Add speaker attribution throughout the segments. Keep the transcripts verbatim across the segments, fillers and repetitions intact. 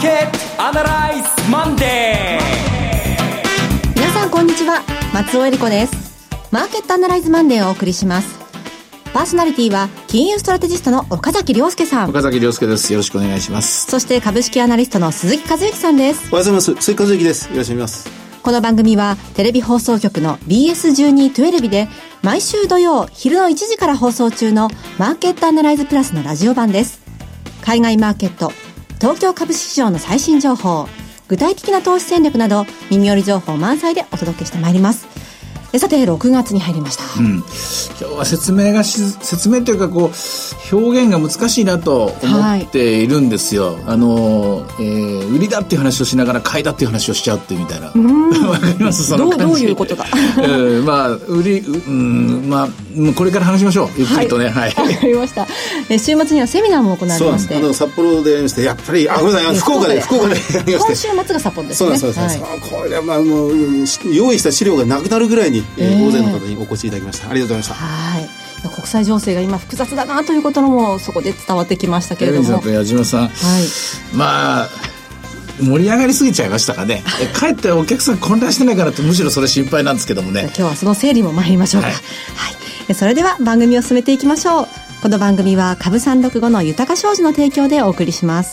Speaker 1: ケットアナライズマンデー。
Speaker 2: 皆さんこんにちは、松尾恵理子です。マーケットアナライズマンデーをお送りします。パーソナリティは金融ストラテジストの岡崎亮介さん。
Speaker 3: 岡崎亮介です。よろしくお願いします。
Speaker 2: そして株式アナリストの鈴木和之さんです。
Speaker 4: おはようございます。鈴木和之です。よろしくお願いします。
Speaker 2: この番組はテレビ放送局の ビーエスじゅうにじゅうに で毎週土曜昼のいちじから放送中のマーケットアナライズプラスのラジオ版です。海外マーケット、東京株式市場の最新情報、具体的な投資戦略など耳寄り情報満載でお届けしてまいります。えさてろくがつに入りました、
Speaker 3: うん、今日は説明がし説明というかこう表現が難しいなと思っているんですよ、はい、あの、えー、売りだっていう話をしながら買いだっていう話をしちゃうっていうみたいな。わかりますその感じ。
Speaker 2: どう、どういうことか、
Speaker 3: えー、まあ売りうんまあこれから話しましょうゆっくりとね。はい、
Speaker 2: わ、はい、かりました。え週末にはセミナーも行われまして、
Speaker 4: そうなんです。札幌でやりまして、やっぱりあごめんなさい福岡で福岡でやりまして、
Speaker 2: 今週末が札幌ですね。
Speaker 4: そうなんです、
Speaker 2: はい、
Speaker 4: これはまあもう用意した資料がなくなるぐらいに、えー、大勢の方にお越しいただきました。ありがとうございました。
Speaker 2: はい、国際情勢が今複雑だなということもそこで伝わってきましたけれども、
Speaker 3: エレンさんと矢島さん、はい、まあ盛り上がりすぎちゃいましたかね。かえってお客さん混乱してないかなってむしろそれ心配なんですけどもね。
Speaker 2: 今日はその整理も参りましょうか。はい、はい、それでは番組を進めていきましょう。この番組は株さんろくごの豊か商事の提供でお送りします。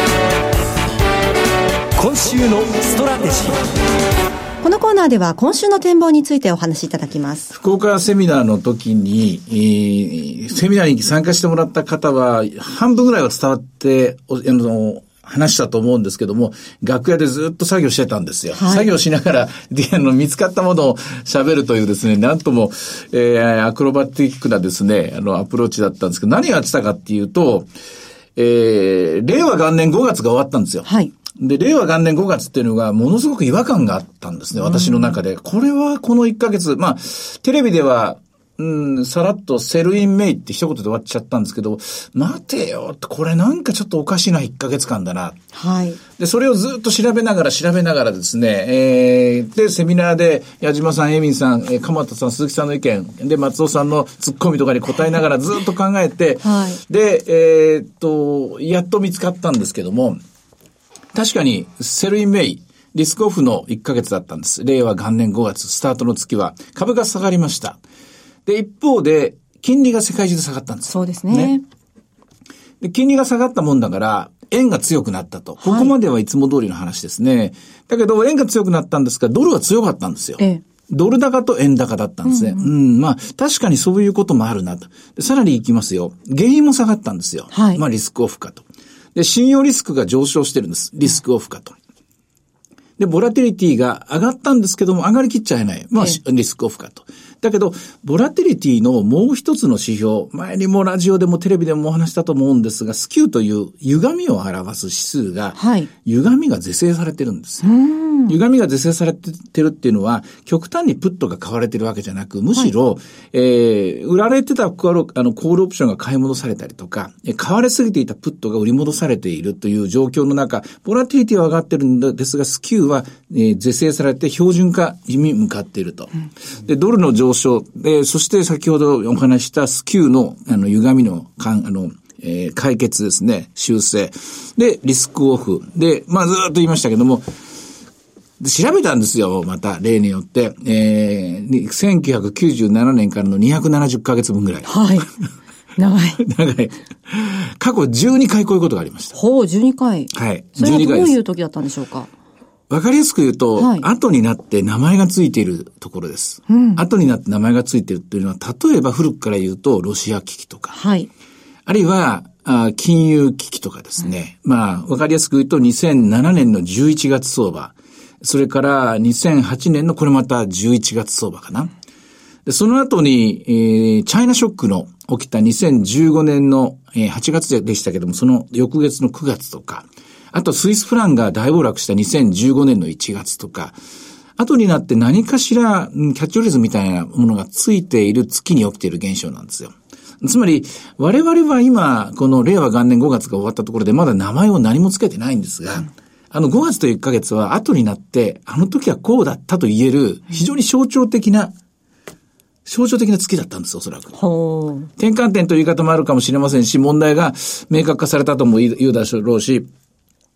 Speaker 1: 今週のストラテジー。
Speaker 2: このコーナーでは今週の展望についてお話しいただきます。
Speaker 3: 福岡セミナーの時に、えー、セミナーに参加してもらった方は半分ぐらいは伝わってあの話したと思うんですけども、楽屋でずっと作業してたんですよ。はい、作業しながらあの見つかったものを喋るというですね、なんとも、えー、アクロバティックなですね、あのアプローチだったんですけど、何をやってたかっていうと、えー、令和元年ごがつが終わったんですよ。はい。で、令和元年ごがつっていうのがものすごく違和感があったんですね、私の中で。これはこのいっかげつ、まあ、テレビでは、うん、さらっとセルインメイって一言で終わっちゃったんですけど、待てよ、これなんかちょっとおかしないっかげつかんだな。はい。で、それをずっと調べながら調べながらですね、えー、で、セミナーで矢島さん、エミンさん、え鎌田さん、鈴木さんの意見、で、松尾さんのツッコミとかに答えながらずっと考えて、はい。で、えー、っと、やっと見つかったんですけども、確かにセルインメイ、リスクオフのいっかげつだったんです。令和元年ごがつ、スタートの月は株が下がりました。で、一方で金利が世界中で下がったんです。
Speaker 2: そうですね。ね。
Speaker 3: で、金利が下がったもんだから円が強くなったと。ここまではいつも通りの話ですね。はい、だけど円が強くなったんですが、ドルは強かったんですよ。ええ、ドル高と円高だったんですね。うん、うん、まあ、確かにそういうこともあるなと。でさらに行きますよ。原因も下がったんですよ。はい。まあ、リスクオフかと。で、信用リスクが上昇してるんです。リスクオフかと。で、ボラティリティが上がったんですけども、上がりきっちゃいない。まあ、リスクオフかと。だけど、ボラティリティのもう一つの指標、前にもラジオでもテレビでもお話したと思うんですが、スキューという歪みを表す指数が、はい、歪みが是正されてるんですよ。歪みが是正されてるっていうのは、極端にプットが買われてるわけじゃなく、むしろ、はい、えー、売られてたあのコールオプションが買い戻されたりとか、買われすぎていたプットが売り戻されているという状況の中、ボラティリティは上がってるんですが、スキューは、えー、是正されて標準化に向かっていると。うん、で、ドルの上昇で、そして先ほどお話したスキューの、あの、歪みの、かん、あの、えー、解決ですね、修正。で、リスクオフ。で、まあ、ずっと言いましたけども、調べたんですよ、また、例によって。えー、せんきゅうひゃくきゅうじゅうななねんからのにひゃくななじゅっかげつぶんぐらい。
Speaker 2: はい。長い。
Speaker 3: 長い。過去じゅうにかいこういうことがありました。
Speaker 2: ほう、じゅうにかい。
Speaker 3: はい。
Speaker 2: それはどういう時だったんでしょうか。
Speaker 3: わかりやすく言うと、はい、後になって名前がついているところです。うん、後になって名前がついているというのは、例えば古くから言うと、ロシア危機とか。はい。あるいは、あ金融危機とかですね。うん、まあ、わかりやすく言うと、にせんななねんのじゅういちがつ相場。それから、にせんはちねんのこれまたじゅういちがつ相場かな。で、その後に、えー、チャイナショックの起きたにせんじゅうごねんの、えー、はちがつでしたけども、その翌月のくがつとか、あとスイスフランが大暴落したにせんじゅうごねんのいちがつとか、後になって何かしらキャッチフレーズみたいなものがついている月に起きている現象なんですよ。つまり、我々は今、この令和元年ごがつが終わったところでまだ名前を何もつけてないんですが、うん、あのごがつといういっかげつは後になって、あの時はこうだったと言える非常に象徴的な、象徴的な月だったんです、おそらく。転換点という言い方もあるかもしれませんし、問題が明確化されたとも言うだろうし、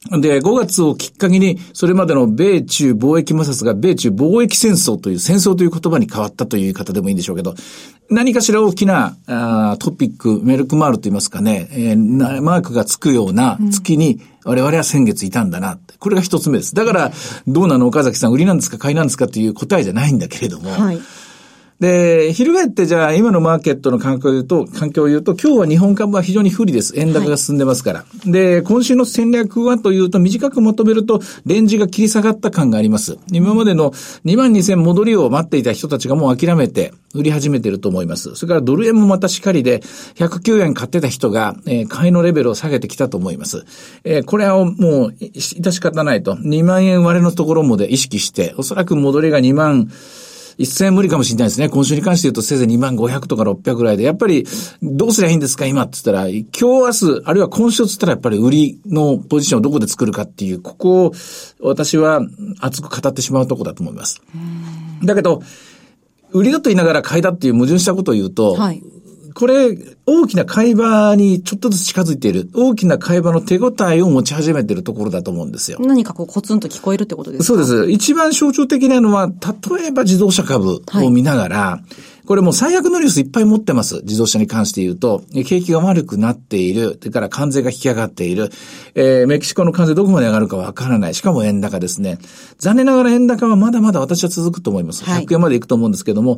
Speaker 3: で、ごがつをきっかけに、それまでの米中貿易摩擦が米中貿易戦争という戦争という言葉に変わったという言い方でもいいんでしょうけど、何かしら大きなあトピック、メルクマールといいますかね、えー、マークがつくような月に我々は先月いたんだなって。これが一つ目です。だから、どうなの岡崎さん、売りなんですか買いなんですかっていう答えじゃないんだけれども、はい。で、翻ってじゃあ今のマーケットの環境を言うと、環境を言うと、今日は日本株は非常に不利です。円高が進んでますから。はい、で、今週の戦略はというと、短くまとめると、レンジが切り下がった感があります。今までのにまんにせん戻りを待っていた人たちがもう諦めて、売り始めていると思います。それからドル円もまたしかりで、ひゃくきゅうえん買ってた人が、えー、買いのレベルを下げてきたと思います。えー、これはもう、致し方ないと。にまんえん割れのところまで意識して、おそらく戻りがにまん、一銭無理かもしれないですね。今週に関して言うとせいぜいにまんごひゃくとかろっぴゃくぐらいで、やっぱりどうすりゃいいんですか今って言ったら、今日明日、あるいは今週って言ったらやっぱり売りのポジションをどこで作るかっていう、ここを私は熱く語ってしまうところだと思います。だけど、売りだと言いながら買いだっていう矛盾したことを言うと、はい、これ、大きな買い場にちょっとずつ近づいている。大きな買い場の手応えを持ち始めているところだと思うんですよ。
Speaker 2: 何かこうコツンと聞こえるってことですか？
Speaker 3: そうです。一番象徴的なのは、例えば自動車株を見ながら、はい、これもう最悪のニュースいっぱい持ってます。自動車に関して言うと、景気が悪くなっている。それから関税が引き上がっている。えー、メキシコの関税どこまで上がるかわからない。しかも円高ですね。残念ながら円高はまだまだ私は続くと思います。ひゃくえんまで行くと思うんですけども、はい、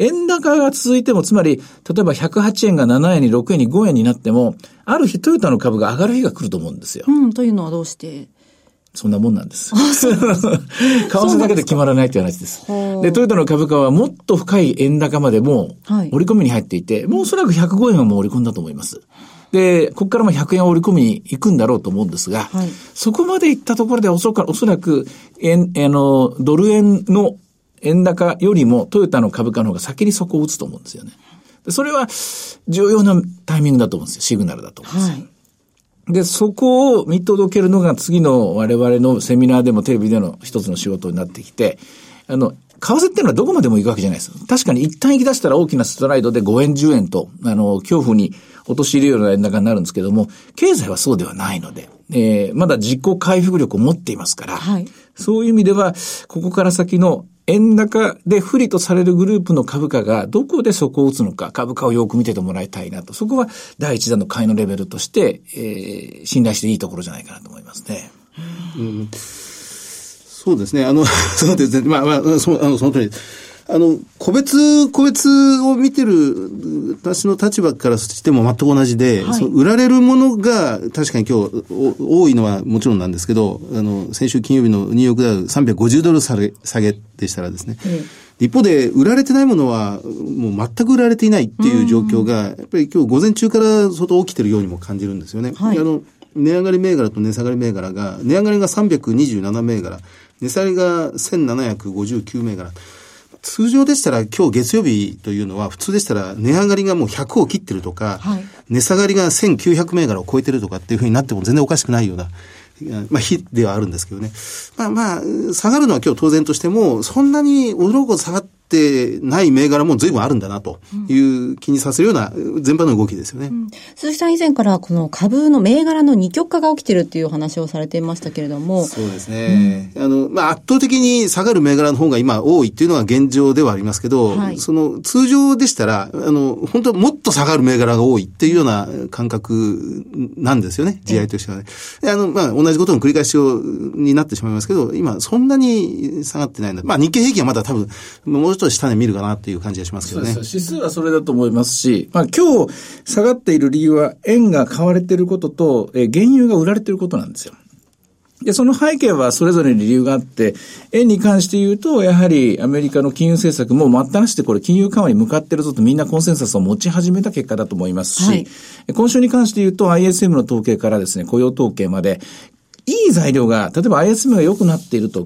Speaker 3: 円高が続いても、つまり、例えばひゃくはちえんがななえんにろくえんにごえんになっても、ある日トヨタの株が上がる日が来ると思うんですよ。
Speaker 2: うん、というのはどうして？
Speaker 3: そんなもんなんです。あ、そうです。為替だけで決まらないという話です。で、トヨタの株価はもっと深い円高までもう織り込みに入っていて、はい、もうおそらくひゃくごえんはもう織り込んだと思います。で、ここからもひゃくえんを織り込みに行くんだろうと思うんですが、はい、そこまで行ったところでおそらく、おそらく円、あの、ドル円の円高よりもトヨタの株価の方が先に底を打つと思うんですよね。それは重要なタイミングだと思うんですよ。シグナルだと思うんですよ。はい、で、そこを見届けるのが次の我々のセミナーでもテレビでの一つの仕事になってきて、あの、為替っていうのはどこまでも行くわけじゃないです。確かに一旦行き出したら大きなストライドでごえんじゅうえんと、あの、恐怖に陥れるような円高になるんですけども、経済はそうではないので、えー、まだ自己回復力を持っていますから、はい、そういう意味では、ここから先の円高で不利とされるグループの株価がどこで底を打つのか、株価をよく見ててもらいたいなと。そこは第一弾の買いのレベルとして、えー、信頼していいところじゃないかなと思いますね。
Speaker 4: うん、そうですね。あの、そうですね。まあまあ、その、あの、その通りです。あの、個別、個別を見てる私の立場からしても全く同じで、はい、その売られるものが確かに今日多いのはもちろんなんですけど、あの、先週金曜日のニューヨークダウさんびゃくごじゅうドル下げ、下げでしたらですね、うん、一方で売られてないものはもう全く売られていないっていう状況が、やっぱり今日午前中から相当起きてるようにも感じるんですよね。はい、あの、値上がり銘柄と値下がり銘柄が、値上がりがさんびゃくにじゅうなな銘柄、値下がりがせんななひゃくごじゅうきゅう銘柄。通常でしたら今日月曜日というのは普通でしたら値上がりがもうひゃくを切ってるとか、はい、値下がりがせんきゅうひゃく銘柄を超えてるとかっていうふうになっても全然おかしくないような、まあ日ではあるんですけどね。まあまあ、下がるのは今日当然としても、そんなに驚くほど下がってない銘柄も随分あるんだなという気にさせるような全般の動きですよね。うん、
Speaker 2: 鈴木さん以前からこの株の銘柄の二極化が起きてるっていう話をされていましたけれども。
Speaker 4: そうですね。うん、あの、まあ圧倒的に下がる銘柄の方が今多いっていうのが現状ではありますけど、はい、その通常でしたら、あの、本当もっと下がる銘柄が多いっていうような感覚なんですよね。地合いとしてはね。あの、まあ同じことの繰り返しになってしまいますけど、今そんなに下がってないんだ。まあ日経平均はまだ多分、もうちょっと下で見るかなっていう感じがしますけどね。
Speaker 3: そうです。指数はそれだと思いますし、まあ今日下がっている理由は円が買われていることと、えー、原油が売られていることなんですよ。で、その背景はそれぞれに理由があって、円に関して言うと、やはりアメリカの金融政策も待ったなしでこれ金融緩和に向かっているぞとみんなコンセンサスを持ち始めた結果だと思いますし、はい、今週に関して言うと アイエスエム の統計からですね、雇用統計まで、いい材料が、例えば アイエスエム が良くなっているとか、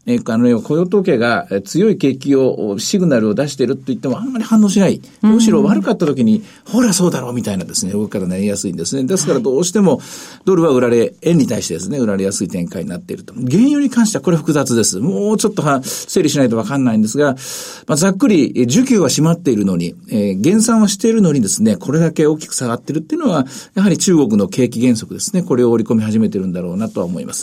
Speaker 3: えー、あの、雇用統計が強い景気を、シグナルを出していると言ってもあんまり反応しない。むしろ悪かった時に、ほらそうだろうみたいなですね、動き方になりやすいんですね。ですからどうしても、ドルは売られ、円に対してですね、売られやすい展開になっていると。原油に関してはこれ複雑です。もうちょっとは整理しないとわかんないんですが、まあ、ざっくり、需給は閉まっているのに、えー、減産はしているのにですね、これだけ大きく下がっているっていうのは、やはり中国の景気減速ですね、これを織り込み始めているんだろうなとは思います。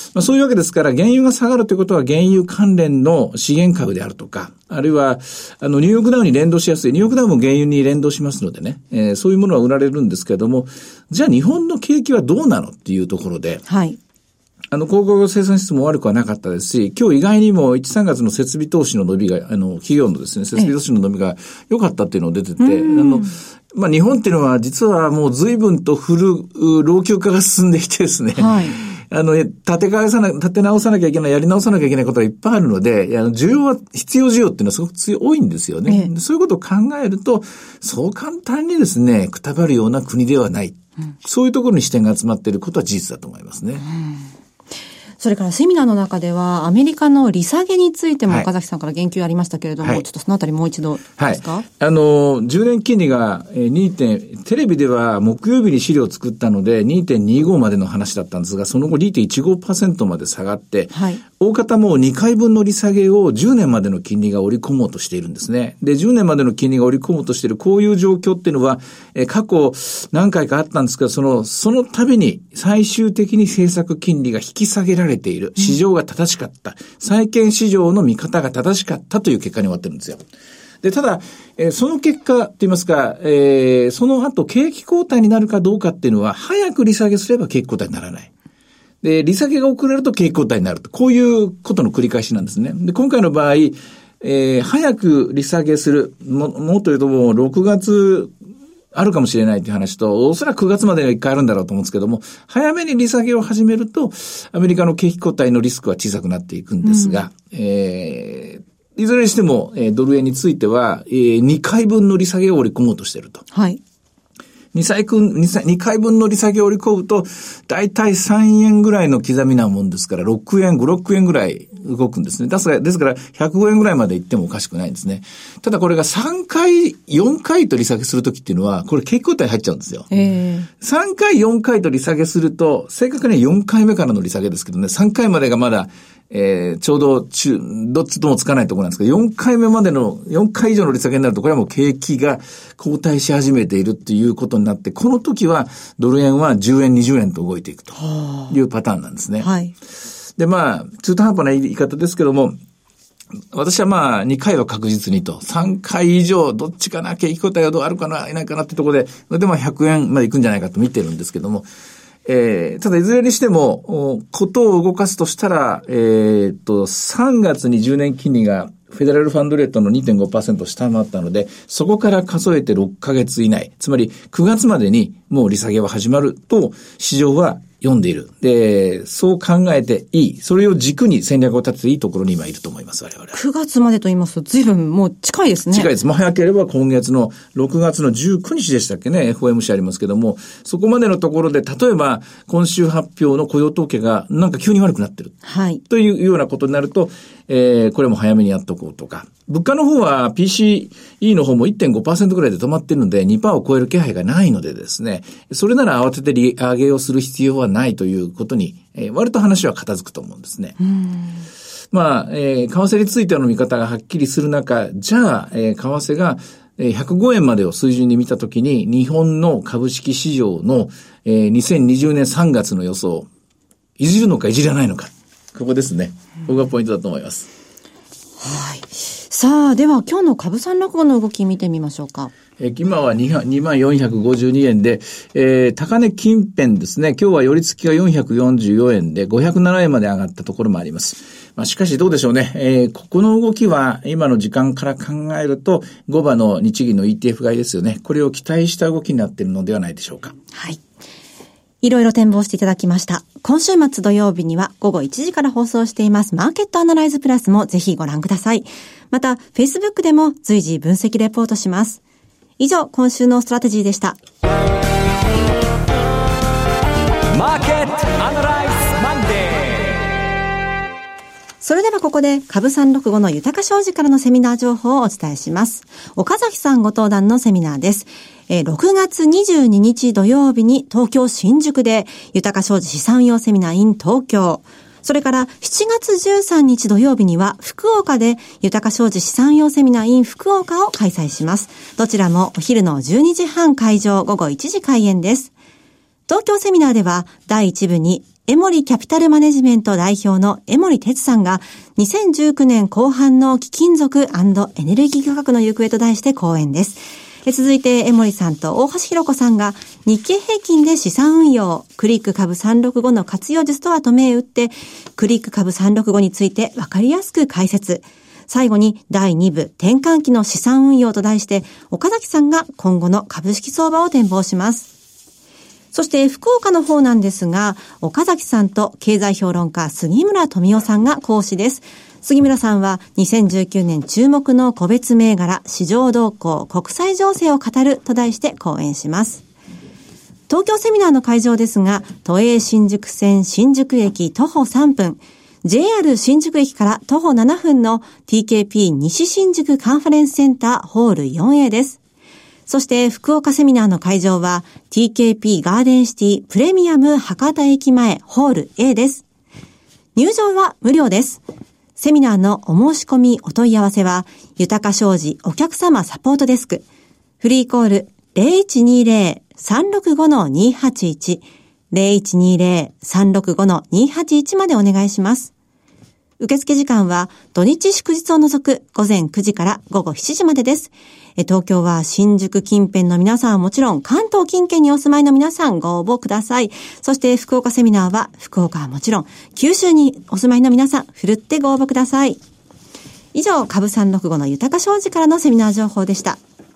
Speaker 3: まあ、そういうわけですから、原油が下がるということは原油関連の資源株であるとか、あるいは、あの、ニューヨークダウに連動しやすい、ニューヨークダウも原油に連動しますのでね、えー、そういうものは売られるんですけれども、じゃあ日本の景気はどうなのっていうところで、はい。あの、鉱工生産指数も悪くはなかったですし、今日意外にもいち、さんがつの設備投資の伸びが、あの、企業のですね、設備投資の伸びが良かったっていうのが出てて、あの、まあ、日本っていうのは実はもう随分と古、老朽化が進んできてですね、はい。あの、立て替えさな、立て直さなきゃいけない、やり直さなきゃいけないことがいっぱいあるので、あの、需要は、必要需要っていうのはすごく強い多いんですよね。ええ、そういうことを考えると、そう簡単にですね、くたばるような国ではない。うん、そういうところに視点が集まっていることは事実だと思いますね。うん、
Speaker 2: それからセミナーの中ではアメリカの利下げについても岡崎さんから言及ありましたけれども、はい、ちょっとそのあたりもう一度ですか？
Speaker 3: はい、あのじゅうねん金利がにてんテレビでは木曜日に資料を作ったので にてんにじゅうご までの話だったんですが、その後 にてんいちごパーセント まで下がって、はい、大方もうにかいぶんの利下げをじゅうねんまでの金利が織り込もうとしているんですね。でじゅうねんまでの金利が織り込もうとしているこういう状況っていうのはえ過去何回かあったんですけど、そのその度に最終的に政策金利が引き下げられている、市場が正しかった、債券市場の見方が正しかったという結果に終わってるんですよ。で、ただ、えー、その結果といいますか、えー、その後景気後退になるかどうかっていうのは、早く利下げすれば景気後退にならない。で、利下げが遅れると景気後退になると。こういうことの繰り返しなんですね。で、今回の場合、えー、早く利下げする、も、もっと言うともうろくがつ、あるかもしれないという話と、おそらくくがつまでにはいっかいあるんだろうと思うんですけども、早めに利下げを始めると、アメリカの景気後退のリスクは小さくなっていくんですが、うん、えー、いずれにしても、えー、ドル円については、えー、にかいぶんの利下げを織り込もうとしていると。はい。にかいぶんの利下げを織り込むと、だいたいさんえんぐらいの刻みなもんですから、ろくえん、ご、ろくえんぐらい動くんですね。ですから、ですからひゃくごえんぐらいまで行ってもおかしくないんですね。ただこれがさんかい、よんかいと利下げするときっていうのは、これ景気後退入っちゃうんですよ。えー、さんかい、よんかいと利下げすると、正確にはよんかいめからの利下げですけどね、さんかいまでがまだ、えー、ちょうど中、どっちともつかないところなんですけど、よんかいめまでの、よんかい以上の利下げになると、これはもう景気が後退し始めているっていうことになって、この時はドル円はじゅうえん、にじゅうえんと動いていくというパターンなんですね。はい。で、まあ、中途半端な言い方ですけども、私はまあ、にかいは確実にと、さんかい以上、どっちかな、景気後退はどうあるかな、いないかなってところで、でもひゃくえんまで行くんじゃないかと見てるんですけども、えー、ただいずれにしても、ことを動かすとしたら、えー、っと、さんがつにじゅうねん金利がフェデラルファンドレートの にてんごパーセント を下回ったので、そこから数えてろっかげつ以内、つまりくがつまでにもう利下げは始まると、市場は読んでいる。で、そう考えていい。それを軸に戦略を立てていいところに今いると思います、我々は。
Speaker 2: くがつまでと言いますと、随分もう近いですね。
Speaker 3: 近いです。もう早ければ今月のろくがつのじゅうくにちでしたっけね、エフオーエムシー ありますけども、そこまでのところで、例えば今週発表の雇用統計がなんか急に悪くなってる。はい。というようなことになると、えー、これも早めにやっとこうとか。物価の方は ピーシーイー の方も いってんごパーセント ぐらいで止まっているので にパーセント を超える気配がないのでですね、それなら慌てて利上げをする必要はないということに、えー、割と話は片付くと思うんですね。うん、まあ、えー、為替についての見方がはっきりする中、じゃあ、えー、為替がひゃくごえんまでを水準に見たときに、日本の株式市場の、えー、にせんにじゅうねんさんがつの予想、いじるのかいじらないのか。ここですね。ここがポイントだと思います。
Speaker 2: はい。さあ、では今日の株三落語の動き見てみましょうか。
Speaker 3: えー、今はにまんよんひゃくごじゅうにえんで、えー、高値近辺ですね。今日は寄り付きがよんひゃくよんじゅうよんえんでごひゃくななえんまで上がったところもあります。まあ、しかしどうでしょうね。えー、ここの動きは今の時間から考えるとごばの日銀の イーティーエフ 買いですよね。これを期待した動きになっているのではないでしょうか。
Speaker 2: はい。いろいろ展望していただきました。今週末土曜日にはごごいちじから放送していますマーケットアナライズプラスもぜひご覧ください。また、Facebook でも随時分析レポートします。以上、今週のストラテジーでした。
Speaker 1: マーケットアナライズマンデー。
Speaker 2: それではここで株さんろくごの豊か商事からのセミナー情報をお伝えします。岡崎さんご登壇のセミナーです。えー、ろくがつにじゅうににち土曜日に東京新宿で豊か商事資産運用セミナー in 東京。それからしちがつじゅうさんにち土曜日には福岡で豊か商事資産運用セミナー in 福岡を開催します。どちらもお昼のじゅうにじはん会場、午後いちじ開演です。東京セミナーではだいいち部にエモリキャピタルマネジメント代表の江森哲さんがにせんじゅうきゅうねんこう半の貴金属&エネルギー価格の行方と題して講演です。続いて江森さんと大橋弘子さんが日経平均で資産運用、クリック株さんろくごの活用術とはと銘打って、クリック株さんろくごについてわかりやすく解説。最後にだいに部転換期の資産運用と題して岡崎さんが今後の株式相場を展望します。そして福岡の方なんですが、岡崎さんと経済評論家杉村富夫さんが講師です。杉村さんはにせんじゅうきゅうねん注目の個別銘柄、市場動向、国際情勢を語ると題して講演します。東京セミナーの会場ですが、都営新宿線新宿駅徒歩さんぷん、ジェイアール 新宿駅から徒歩ななふんの ティーケーピー 西新宿カンファレンスセンターホール フォーエー です。そして福岡セミナーの会場は ティーケーピー ガーデンシティプレミアム博多駅前ホール エー です。入場は無料です。セミナーのお申し込みお問い合わせは豊か商事お客様サポートデスク、フリーコール ゼロいちにゼロ さんろくご にはちいち ゼロいちにゼロ さんろくご にはちいちまでお願いします。受付時間は土日祝日を除く午前くじから午後しちじまでです。東京は新宿近辺の皆さんはもちろん関東近県にお住まいの皆さんご応募ください。そして福岡セミナーは福岡はもちろん九州にお住まいの皆さんふるってご応募ください。以上、株さんろくごの豊か商事からのセミナー情報でした。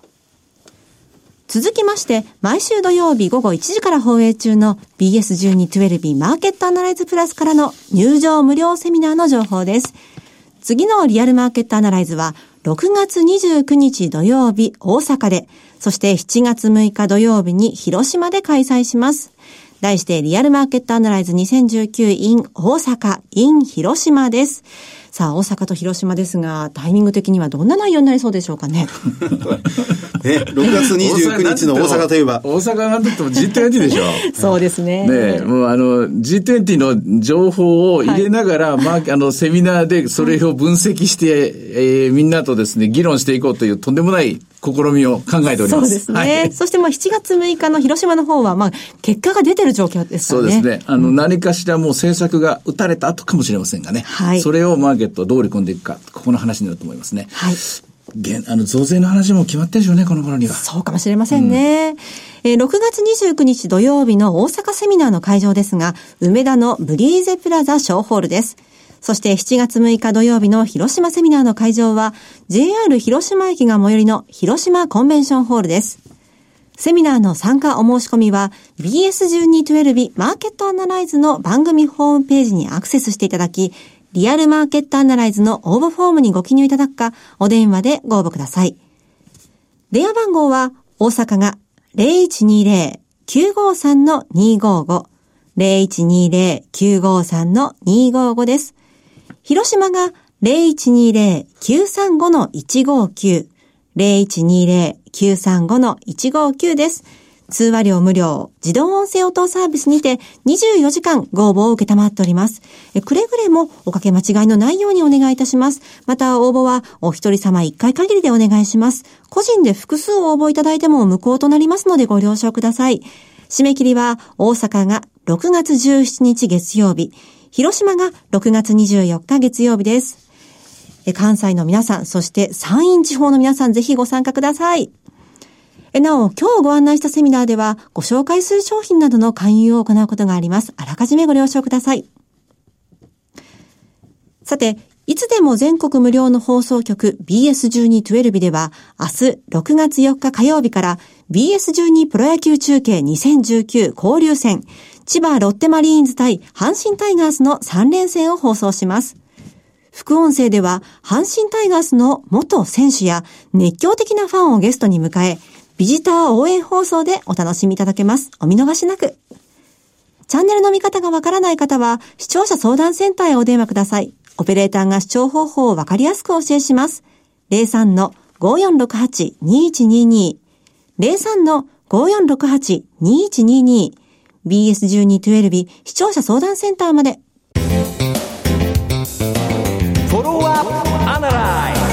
Speaker 2: 続きまして、毎週土曜日午後いちじから放映中の ビーエスじゅうにじゅうに マーケットアナライズプラスからの入場無料セミナーの情報です。次のリアルマーケットアナライズはろくがつにじゅうくにち土曜日大阪で、そしてしちがつむいか土曜日に広島で開催します。題してリアルマーケットアナライズにせんじゅうきゅう in 大阪 in 広島です。さあ、大阪と広島ですが、タイミング的にはどんな内容になりそうでしょうかね。
Speaker 4: ね、ろくがつにじゅうくにちの大阪といえば。
Speaker 3: 大阪なんて言っても ジートゥエンティー でしょ。
Speaker 2: そうですね。
Speaker 3: ね、もうあの ジートゥエンティー の情報を入れながら、はい、まあ、あのセミナーでそれを分析して、はい、えー、みんなとですね、議論していこうというとんでもない試みを考えております。
Speaker 2: そうですね。はい、そしてまあしちがつむいかの広島の方はまあ結果が出てる状況ですからね。
Speaker 3: そうですね。あの、うん、何かしらもう政策が打たれた後かもしれませんがね。はい。それをマーケットをどう織り込んでいくか、ここの話になると思いますね。はい。現あの増税の話も決まってるでしょうね、この頃には。
Speaker 2: そうかもしれませんね。うん、えー、ろくがつにじゅうくにち土曜日の大阪セミナーの会場ですが、梅田のブリーゼプラザ小ホールです。そしてしちがつむいか土曜日の広島セミナーの会場は ジェイアール 広島駅が最寄りの広島コンベンションホールです。セミナーの参加お申し込みは ビーエスじゅうにじゅうに マーケットアナライズの番組ホームページにアクセスしていただき、リアルマーケットアナライズの応募フォームにご記入いただくか、お電話でご応募ください。電話番号は大阪が ゼロいちにゼロ きゅうごさん にごご ゼロいちにゼロ きゅうごさん にごごです。広島が ゼロいちにゼロ きゅうさんご いちごきゅう ゼロいちにゼロ きゅうさんご いちごきゅうです。通話料無料、自動音声応答サービスにてにじゅうよじかんご応募を受けたまっております。くれぐれもおかけ間違いのないようにお願いいたします。また応募はお一人様一回限りでお願いします。個人で複数応募いただいても無効となりますのでご了承ください。締め切りは大阪がろくがつじゅうしちにち月曜日、広島がろくがつにじゅうよっか月曜日です。関西の皆さん、そして山陰地方の皆さん、ぜひご参加ください。なお、今日ご案内したセミナーでは、ご紹介する商品などの勧誘を行うことがあります。あらかじめご了承ください。さて、いつでも全国無料の放送局 ビーエスじゅうにじゅうに では、明日ろくがつよっか火曜日から ビーエスじゅうに プロ野球中継にせんじゅうきゅう交流戦、千葉ロッテマリーンズ対阪神タイガースのさん連戦を放送します。副音声では、阪神タイガースの元選手や熱狂的なファンをゲストに迎え、ビジター応援放送でお楽しみいただけます。お見逃しなく。チャンネルの見方がわからない方は、視聴者相談センターへお電話ください。 オペレーターが視聴方法をわかりやすくお教えします。ゼロさんのごよんろくはちにいちにに ゼロさんのごよんろくはちにいちにに ビーエスじゅうにじゅうに 視聴者相談センターまで。
Speaker 1: フォローアップアナライズ。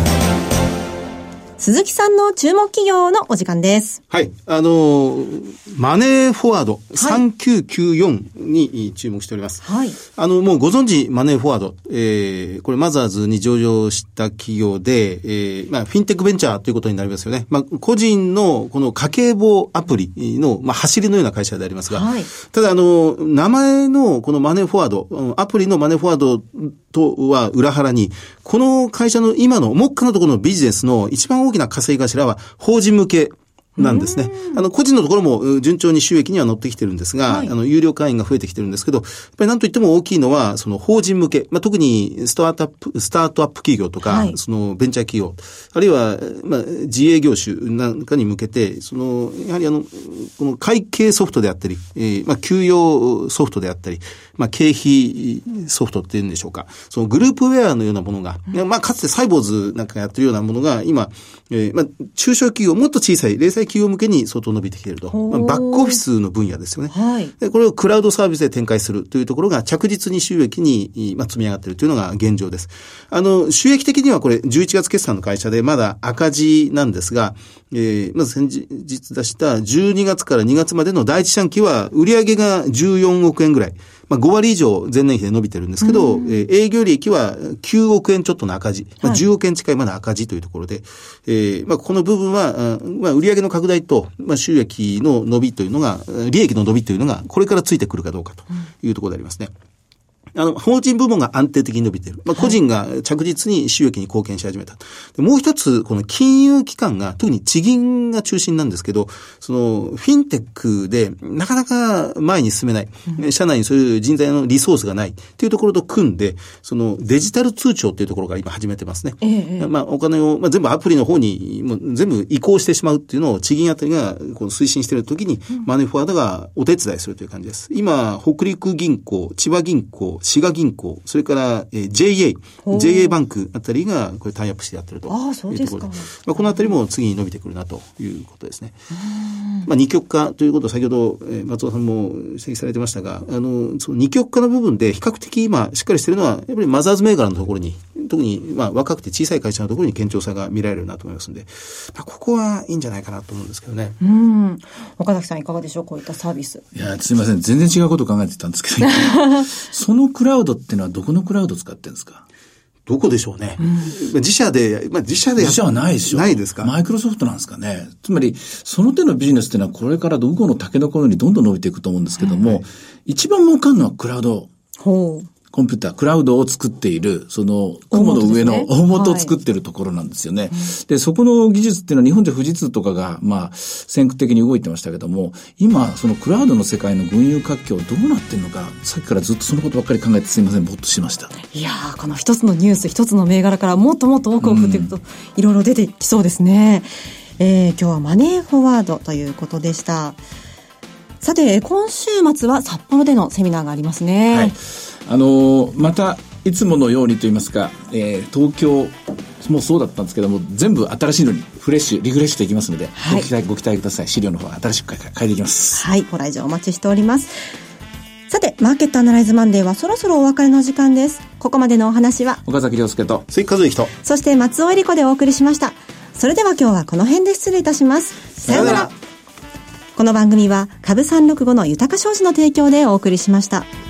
Speaker 2: 鈴木さんの注目企業のお時間です。
Speaker 4: はい。あのー、マネーフォワードさんきゅうきゅうよんに注目しております。
Speaker 2: はい。
Speaker 4: あの、もうご存知マネーフォワード。えー、これマザーズに上場した企業で、えー、まあ、フィンテックベンチャーということになりますよね。まあ、個人のこの家計簿アプリの、まあ、走りのような会社でありますが、はい。ただ、あの、名前のこのマネーフォワード、アプリのマネーフォワードとは裏腹に、この会社の今の目下のところのビジネスの一番大きな稼ぎ頭は法人向けなんですね。あの、個人のところも順調に収益には乗ってきてるんですが、はい、あの、有料会員が増えてきてるんですけど、やっぱりなんといっても大きいのは、その法人向け、まあ、特にスタートアップ、スタートアップ企業とか、はい、そのベンチャー企業、あるいは、まあ、自営業種なんかに向けて、その、やはりあの、この会計ソフトであったり、えー、まあ、給与ソフトであったり、まあ、経費ソフトっていうんでしょうか。そのグループウェアのようなものが、うん、まあ、かつてサイボーズなんかやってるようなものが、今、えー、まあ、中小企業、もっと小さい、零細企業向けに相当伸びてきていると。まあ、バックオフィスの分野ですよね。はい。で、これをクラウドサービスで展開するというところが着実に収益に、まあ、積み上がっているというのが現状です。あの、収益的にはこれ、じゅういちがつ決算の会社でまだ赤字なんですが、えー、まず先日出したじゅうにがつからにがつまでの第一四半期は売上がじゅうよんおくえんぐらい。まあ、ごわり以上前年比で伸びてるんですけど、えー、営業利益はきゅうおくえんちょっとの赤字。まあ、じゅうおくえん近いまだ赤字というところで、えー、まあ、この部分は、まあ、売上の拡大と、まあ、収益の伸びというのが、利益の伸びというのが、これからついてくるかどうかというところでありますね。あの、法人部門が安定的に伸びている。まあ、個人が着実に収益に貢献し始めた。でもう一つ、この金融機関が、特に地銀が中心なんですけど、その、フィンテックで、なかなか前に進めない。うん、社内にそういう人材のリソースがない。というところと組んで、その、デジタル通帳っていうところが今始めてますね。ええ、まあ、お金を、まあ、全部アプリの方に、もう全部移行してしまうっていうのを、地銀あたりが、この推進しているときに、うん、マネーフォワードがお手伝いするという感じです。今、北陸銀行、千葉銀行、滋賀銀行、それから、えー、ジェイエー、ジェイエー バンクあたりがこれタイアップしてやってるというところで。ああ、そうですか。まあ、このあたりも次に伸びてくるなということですね。まあ、二極化ということを先ほど、えー、松尾さんも指摘されてましたが、あの、その二極化の部分で比較的今しっかりしているのは、やっぱりマザーズ銘柄のところに、特にまあ若くて小さい会社のところに堅調さが見られるなと思いますので、まあ、ここはいいんじゃないかなと思うんですけどね。
Speaker 2: うん。岡崎さんいかがでしょう、こういったサービス。
Speaker 3: いや、すいません。全然違うことを考えてたんですけど、そのクラウドっていうのはどこのクラウド使ってるんですか？
Speaker 4: どこでしょうね。うん、自社で、まあ自社で。
Speaker 3: 自社はないでしょ。
Speaker 4: ないですか。
Speaker 3: マイクロソフトなんですかね。つまり、その手のビジネスっていうのはこれからどこのタケノコのようにどんどん伸びていくと思うんですけども、はい、一番儲かるのはクラウド。ほう。コンピューター、クラウドを作っている、その、雲の上の大元を作っているところなんですよね。はい、で、そこの技術っていうのは日本で富士通とかが、まあ、先駆的に動いてましたけども、今、そのクラウドの世界の群雄割拠どうなってるのか、さっきからずっとそのことばっかり考えてすいません、ぼーっとしました。
Speaker 2: いやー、この一つのニュース、一つの銘柄からもっともっと多く送っていくと、いろいろ出てきそうですね。えー、今日はマネーフォワードということでした。さて、今週末は札幌でのセミナーがありますね。はい。
Speaker 3: あのー、またいつものようにといいますか、えー、東京もそうだったんですけども、全部新しいのにフレッシュリフレッシュできますので、はい、ご期待ご期待ください。資料の方は新しく変えていきます。
Speaker 2: はい、ご来場お待ちしております。さて、マーケットアナライズマンデーはそろそろお別れの時間です。ここまでのお話は
Speaker 3: 岡崎亮介と
Speaker 4: 関和之と、
Speaker 2: そして松尾恵理子でお送りしました。それでは今日はこの辺で失礼いたします。さようなら。この番組は株さんろくごの豊か商事の提供でお送りしました。